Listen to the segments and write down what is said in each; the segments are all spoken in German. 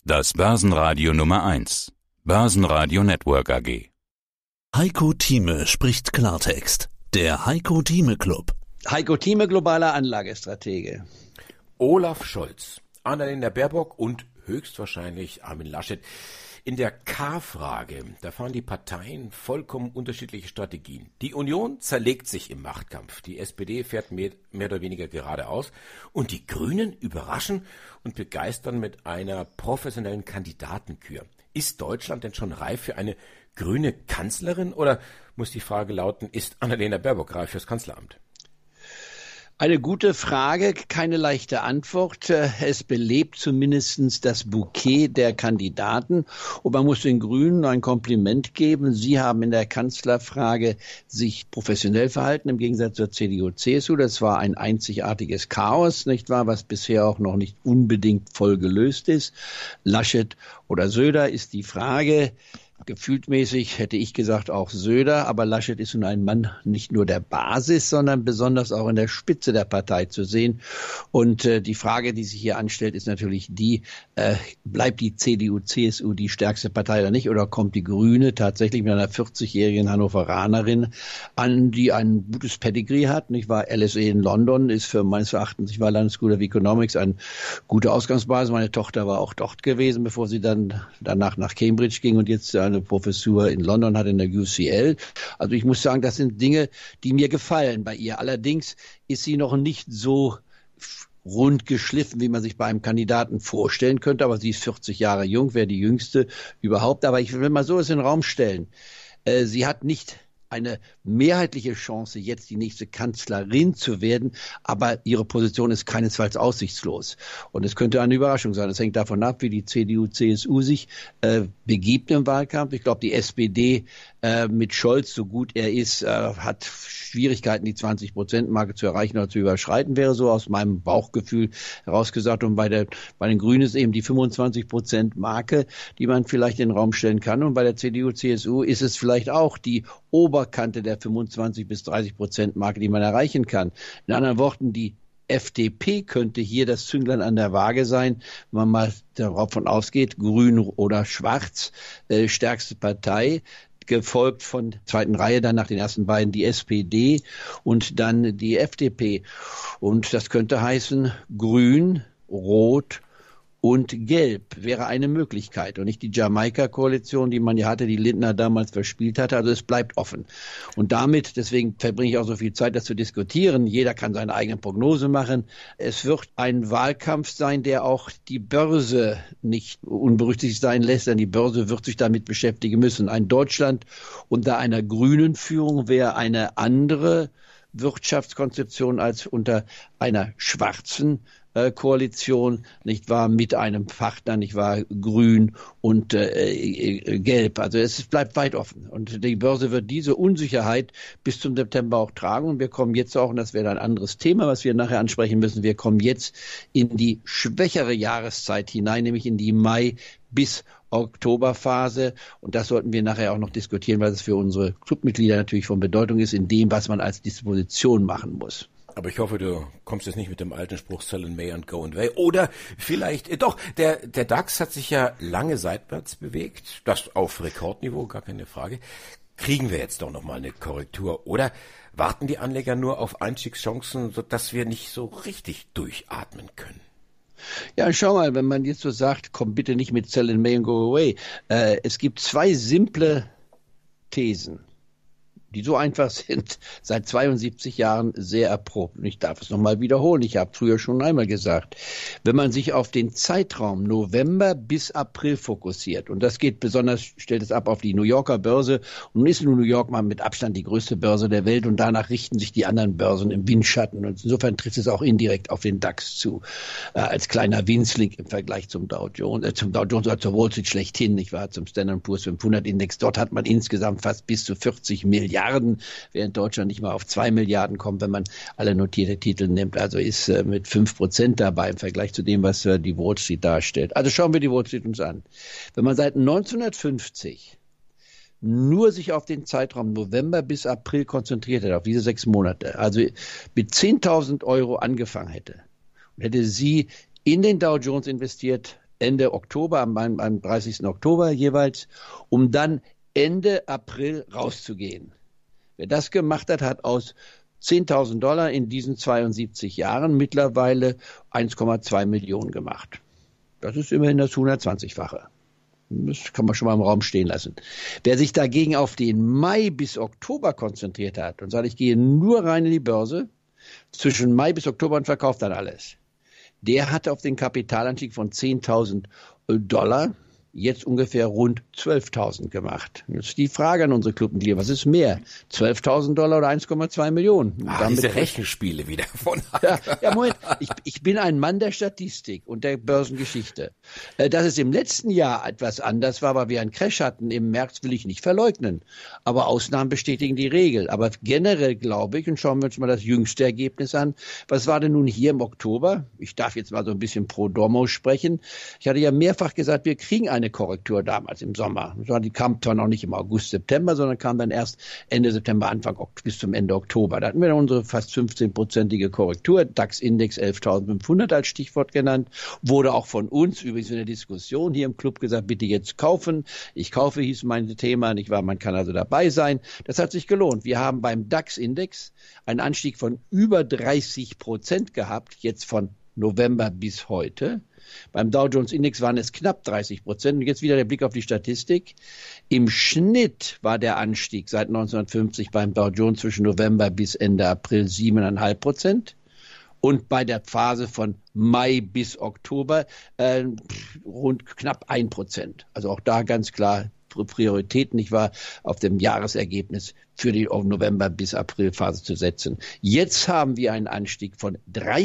Das Börsenradio Nummer 1. Börsenradio Network AG. Heiko Thieme spricht Klartext. Der Heiko Thieme Club. Heiko Thieme, globaler Anlagestratege. Olaf Scholz, Annalena Baerbock und höchstwahrscheinlich Armin Laschet. In der K-Frage, da fahren die Parteien vollkommen unterschiedliche Strategien. Die Union zerlegt sich im Machtkampf. Die SPD fährt mehr oder weniger geradeaus. Und die Grünen überraschen und begeistern mit einer professionellen Kandidatenkür. Ist Deutschland denn schon reif für eine grüne Kanzlerin? Oder muss die Frage lauten, ist Annalena Baerbock reif fürs Kanzleramt? Eine gute Frage, keine leichte Antwort. Es belebt zumindest das Bouquet der Kandidaten. Und man muss den Grünen ein Kompliment geben. Sie haben in der Kanzlerfrage sich professionell verhalten, im Gegensatz zur CDU, CSU. Das war ein einzigartiges Chaos, nicht wahr, was bisher auch noch nicht unbedingt voll gelöst ist. Laschet oder Söder ist die Frage. Gefühltmäßig hätte ich gesagt auch Söder, aber Laschet ist nun ein Mann nicht nur der Basis, sondern besonders auch in der Spitze der Partei zu sehen. Und die Frage, die sich hier anstellt, ist natürlich die, bleibt die CDU, CSU die stärkste Partei oder nicht? Oder kommt die Grüne tatsächlich mit einer 40-jährigen Hannoveranerin an, die ein gutes Pedigree hat? Nicht wahr? LSE in London ist für meines Erachtens, ich war London School of Economics, eine gute Ausgangsbasis. Meine Tochter war auch dort gewesen, bevor sie dann danach nach Cambridge ging und jetzt eine Professur in London hat in der UCL. Also ich muss sagen, das sind Dinge, die mir gefallen bei ihr. Allerdings ist sie noch nicht so rund geschliffen, wie man sich bei einem Kandidaten vorstellen könnte. Aber sie ist 40 Jahre jung, wäre die jüngste überhaupt. Aber ich will mal so es in den Raum stellen. Sie hat nicht eine mehrheitliche Chance, jetzt die nächste Kanzlerin zu werden, aber ihre Position ist keinesfalls aussichtslos. Und es könnte eine Überraschung sein. Es hängt davon ab, wie die CDU, CSU sich begibt im Wahlkampf. Ich glaube, die SPD mit Scholz, so gut er ist, hat Schwierigkeiten, die 20%-Marke zu erreichen oder zu überschreiten, wäre so aus meinem Bauchgefühl herausgesagt. Und bei den Grünen ist eben die 25%-Marke, die man vielleicht in den Raum stellen kann. Und bei der CDU, CSU ist es vielleicht auch die Oberkante der 25 bis 30%-Marke, die man erreichen kann. In anderen Worten, die FDP könnte hier das Zünglein an der Waage sein, wenn man mal davon ausgeht, grün oder schwarz, stärkste Partei, gefolgt von zweiten Reihe, dann nach den ersten beiden die SPD und dann die FDP. Und das könnte heißen, grün, rot und Gelb wäre eine Möglichkeit und nicht die Jamaika-Koalition, die man ja hatte, die Lindner damals verspielt hatte. Also es bleibt offen. Und damit, deswegen verbringe ich auch so viel Zeit, das zu diskutieren. Jeder kann seine eigene Prognose machen. Es wird ein Wahlkampf sein, der auch die Börse nicht unberücksichtigt sein lässt, denn die Börse wird sich damit beschäftigen müssen. Ein Deutschland unter einer grünen Führung wäre eine andere Wirtschaftskonzeption als unter einer schwarzen Koalition, nicht wahr, mit einem Partner, nicht wahr, grün und gelb. Also es bleibt weit offen. Und die Börse wird diese Unsicherheit bis zum September auch tragen. Und wir kommen jetzt auch, und das wäre ein anderes Thema, was wir nachher ansprechen müssen, wir kommen jetzt in die schwächere Jahreszeit hinein, nämlich in die Mai- bis Oktoberphase. Und das sollten wir nachher auch noch diskutieren, weil es für unsere Clubmitglieder natürlich von Bedeutung ist, in dem, was man als Disposition machen muss. Aber ich hoffe, du kommst jetzt nicht mit dem alten Spruch Sell in May and go away. Oder vielleicht, doch, der DAX hat sich ja lange seitwärts bewegt. Das auf Rekordniveau, gar keine Frage. Kriegen wir jetzt doch nochmal eine Korrektur? Oder warten die Anleger nur auf Einstiegschancen, sodass wir nicht so richtig durchatmen können? Ja, schau mal, wenn man jetzt so sagt, komm bitte nicht mit Sell in May and go away. Es gibt zwei simple Thesen, die so einfach sind, seit 72 Jahren sehr erprobt. Und ich darf es nochmal wiederholen, ich habe früher schon einmal gesagt, wenn man sich auf den Zeitraum November bis April fokussiert, und das geht besonders, stellt es ab auf die New Yorker Börse, und nun ist New York mal mit Abstand die größte Börse der Welt, und danach richten sich die anderen Börsen im Windschatten, und insofern trifft es auch indirekt auf den DAX zu, als kleiner Winzling im Vergleich zum Dow Jones oder zur Wall Street schlechthin, nicht wahr, zum Standard & Poor's 500 Index. Dort hat man insgesamt fast bis zu 40 Milliarden, während Deutschland nicht mal auf 2 Milliarden kommt, wenn man alle notierte Titel nimmt. Also ist mit 5% dabei im Vergleich zu dem, was die Wall Street darstellt. Also schauen wir die Wall Street uns an. Wenn man seit 1950 nur sich auf den Zeitraum November bis April konzentriert hätte, auf diese 6 Monate, also mit 10.000 € angefangen hätte und hätte sie in den Dow Jones investiert, Ende Oktober, am 30. Oktober jeweils, um dann Ende April rauszugehen. Wer das gemacht hat, hat aus $10.000 in diesen 72 Jahren mittlerweile 1,2 Millionen gemacht. Das ist immerhin das 120-fache. Das kann man schon mal im Raum stehen lassen. Wer sich dagegen auf den Mai bis Oktober konzentriert hat und sagt, ich gehe nur rein in die Börse, zwischen Mai bis Oktober und verkauft dann alles, der hatte auf den Kapitalanstieg von $10.000 jetzt ungefähr rund 12.000 gemacht. Jetzt die Frage an unsere Clubmitglieder, was ist mehr? $12.000 oder 1,2 Millionen? Diese Rechenspiele wieder von. Ja, Moment, ich bin ein Mann der Statistik und der Börsengeschichte. Dass es im letzten Jahr etwas anders war, weil wir einen Crash hatten im März, will ich nicht verleugnen. Aber Ausnahmen bestätigen die Regel. Aber generell glaube ich, und schauen wir uns mal das jüngste Ergebnis an, was war denn nun hier im Oktober? Ich darf jetzt mal so ein bisschen pro domo sprechen. Ich hatte ja mehrfach gesagt, wir kriegen eine Korrektur damals im Sommer. Die kam zwar noch nicht im August, September, sondern kam dann erst Ende September, Anfang bis zum Ende Oktober. Da hatten wir dann unsere fast 15-prozentige Korrektur. DAX-Index 11.500 als Stichwort genannt. Wurde auch von uns übrigens in der Diskussion hier im Club gesagt, bitte jetzt kaufen. Ich kaufe, hieß mein Thema, nicht wahr? Man kann also dabei sein. Das hat sich gelohnt. Wir haben beim DAX-Index einen Anstieg von über 30% gehabt, jetzt von November bis heute. Beim Dow Jones Index waren es knapp 30%. Und jetzt wieder der Blick auf die Statistik. Im Schnitt war der Anstieg seit 1950 beim Dow Jones zwischen November bis Ende April 7,5%. Und bei der Phase von Mai bis Oktober rund knapp 1%. Also auch da ganz klar Prioritäten, nicht wahr, auf dem Jahresergebnis für die November- bis April-Phase zu setzen. Jetzt haben wir einen Anstieg von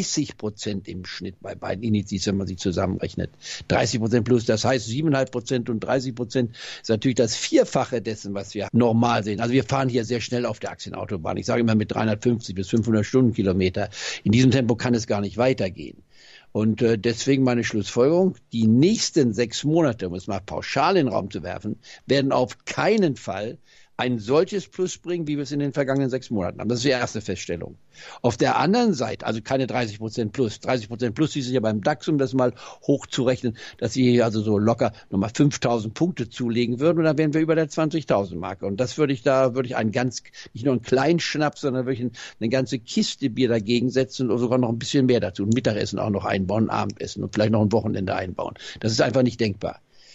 30% im Schnitt bei beiden Indizes, wenn man sie zusammenrechnet. 30% plus, das heißt 7,5% und 30% ist natürlich das Vierfache dessen, was wir normal sehen. Also wir fahren hier sehr schnell auf der Aktienautobahn. Ich sage immer mit 350 bis 500 Stundenkilometer. In diesem Tempo kann es gar nicht weitergehen. Und deswegen meine Schlussfolgerung, die nächsten 6 Monate, um es mal pauschal in den Raum zu werfen, werden auf keinen Fall ein solches Plus bringen, wie wir es in den vergangenen 6 Monaten haben. Das ist die erste Feststellung. Auf der anderen Seite, also keine 30% plus. 30% plus hieß es ja beim DAX, um das mal hochzurechnen, dass sie also so locker nochmal 5.000 Punkte zulegen würden und dann wären wir über der 20.000 Marke. Und das würde ich einen nicht nur einen kleinen Schnaps, sondern wirklich eine ganze Kiste Bier dagegen setzen und sogar noch ein bisschen mehr dazu. Ein Mittagessen auch noch einbauen, Abendessen und vielleicht noch ein Wochenende einbauen. Das ist einfach nicht denkbar.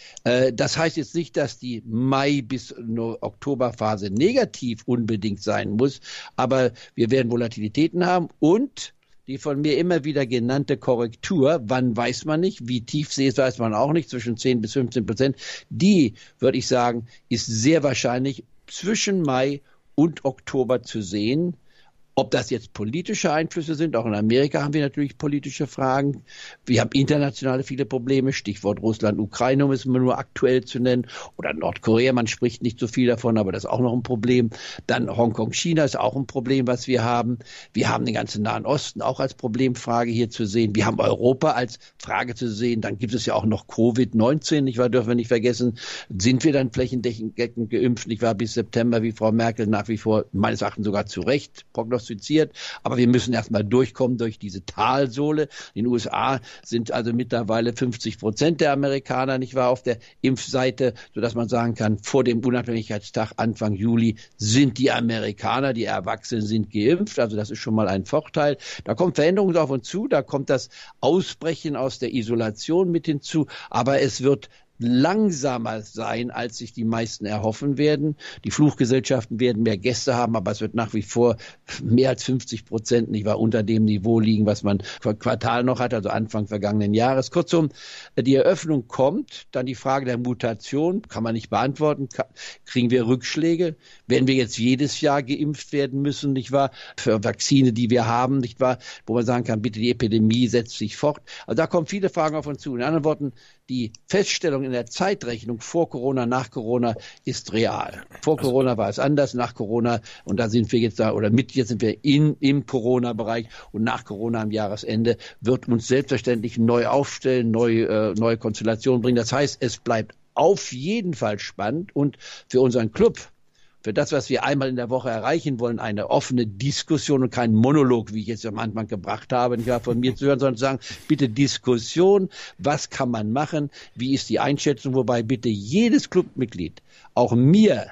Das heißt jetzt nicht, dass die Mai- bis Oktoberphase negativ unbedingt sein muss, aber wir werden Volatilitäten haben und die von mir immer wieder genannte Korrektur, wann weiß man nicht, wie tief sie ist, weiß man auch nicht, zwischen 10 bis 15%, die, würde ich sagen, ist sehr wahrscheinlich zwischen Mai und Oktober zu sehen. Ob das jetzt politische Einflüsse sind, auch in Amerika haben wir natürlich politische Fragen. Wir haben internationale viele Probleme, Stichwort Russland, Ukraine, um es mal nur aktuell zu nennen, oder Nordkorea, man spricht nicht so viel davon, aber das ist auch noch ein Problem. Dann Hongkong, China ist auch ein Problem, was wir haben. Wir haben den ganzen Nahen Osten auch als Problemfrage hier zu sehen. Wir haben Europa als Frage zu sehen. Dann gibt es ja auch noch Covid-19, nicht wahr, dürfen wir nicht vergessen. Sind wir dann flächendeckend geimpft, nicht wahr, bis September, wie Frau Merkel nach wie vor, meines Erachtens sogar zu Recht prognostiziert. Aber wir müssen erstmal durchkommen durch diese Talsohle. In den USA sind also mittlerweile 50% der Amerikaner, nicht wahr, auf der Impfseite, sodass man sagen kann, vor dem Unabhängigkeitstag Anfang Juli sind die Amerikaner, die Erwachsenen sind geimpft. Also das ist schon mal ein Vorteil. Da kommt Veränderung auf uns zu, da kommt das Ausbrechen aus der Isolation mit hinzu. Aber es wird langsamer sein, als sich die meisten erhoffen werden. Die Fluggesellschaften werden mehr Gäste haben, aber es wird nach wie vor mehr als 50%, nicht wahr, unter dem Niveau liegen, was man Quartal noch hat, also Anfang vergangenen Jahres. Kurzum, die Eröffnung kommt, dann die Frage der Mutation, kann man nicht beantworten. Kriegen wir Rückschläge? Werden wir jetzt jedes Jahr geimpft werden müssen, nicht wahr, für Vakzine, die wir haben, nicht wahr, wo man sagen kann, bitte, die Epidemie setzt sich fort. Also da kommen viele Fragen auf uns zu. In anderen Worten, die Feststellung in der Zeitrechnung vor Corona, nach Corona ist real. Vor Corona war es anders, nach Corona, und da sind wir jetzt da, oder jetzt sind wir im Corona-Bereich, und nach Corona am Jahresende wird uns selbstverständlich neu aufstellen, neue Konstellationen bringen. Das heißt, es bleibt auf jeden Fall spannend, und für unseren Club, für das, was wir einmal in der Woche erreichen wollen, eine offene Diskussion und kein Monolog, wie ich jetzt am Anfang gebracht habe, nicht wahr, von mir zu hören, sondern zu sagen, bitte Diskussion, was kann man machen, wie ist die Einschätzung, wobei bitte jedes Clubmitglied auch mir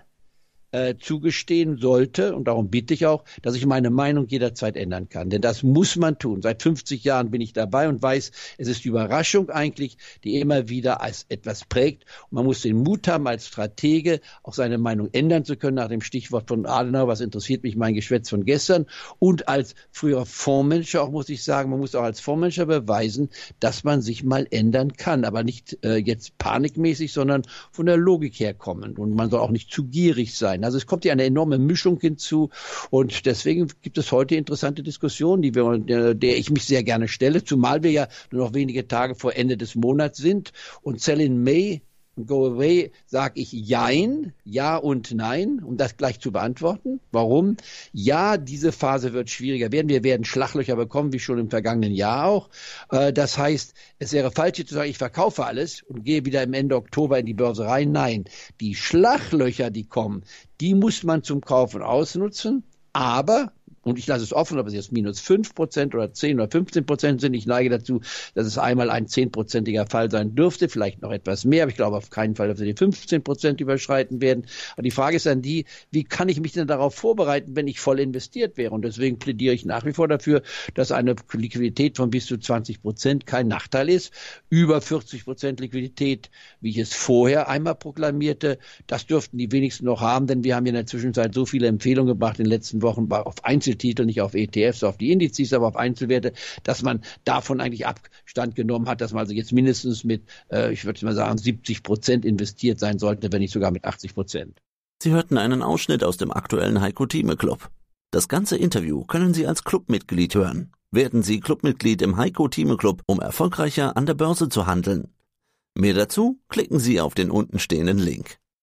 zugestehen sollte, und darum bitte ich auch, dass ich meine Meinung jederzeit ändern kann. Denn das muss man tun. Seit 50 Jahren bin ich dabei und weiß, es ist die Überraschung eigentlich, die immer wieder als etwas prägt. Und man muss den Mut haben, als Stratege auch seine Meinung ändern zu können, nach dem Stichwort von Adenauer, was interessiert mich mein Geschwätz von gestern. Und als früherer Fondsmanager auch, muss ich sagen, man muss auch als Fondsmanager beweisen, dass man sich mal ändern kann. Aber nicht jetzt panikmäßig, sondern von der Logik her kommend. Und man soll auch nicht zu gierig sein. Also es kommt ja eine enorme Mischung hinzu und deswegen gibt es heute interessante Diskussionen, der ich mich sehr gerne stelle, zumal wir ja nur noch wenige Tage vor Ende des Monats sind und Sell in May und Go Away sage ich Jein, Ja und Nein, um das gleich zu beantworten. Warum? Ja, diese Phase wird schwieriger werden. Wir werden Schlaglöcher bekommen, wie schon im vergangenen Jahr auch. Das heißt, es wäre falsch zu sagen, ich verkaufe alles und gehe wieder im Ende Oktober in die Börse rein. Nein, die Schlaglöcher, die kommen, die muss man zum Kaufen ausnutzen. Aber, und ich lasse es offen, ob es jetzt minus 5% oder 10 oder 15% sind, ich neige dazu, dass es einmal ein 10%iger Fall sein dürfte, vielleicht noch etwas mehr, aber ich glaube auf keinen Fall, dass wir die 15% überschreiten werden. Aber die Frage ist dann die, wie kann ich mich denn darauf vorbereiten, wenn ich voll investiert wäre? Und deswegen plädiere ich nach wie vor dafür, dass eine Liquidität von bis zu 20% kein Nachteil ist. Über 40% Liquidität, wie ich es vorher einmal proklamierte, das dürften die wenigsten noch haben, denn wir haben ja in der Zwischenzeit so viele Empfehlungen gebracht in den letzten Wochen auf Einzeltitel, nicht auf ETFs, auf die Indizes, aber auf Einzelwerte, dass man davon eigentlich Abstand genommen hat, dass man also jetzt mindestens mit, ich würde mal sagen, 70% investiert sein sollte, wenn nicht sogar mit 80%. Sie hörten einen Ausschnitt aus dem aktuellen Heiko Thieme Club. Das ganze Interview können Sie als Clubmitglied hören. Werden Sie Clubmitglied im Heiko Thieme Club, um erfolgreicher an der Börse zu handeln. Mehr dazu klicken Sie auf den untenstehenden Link.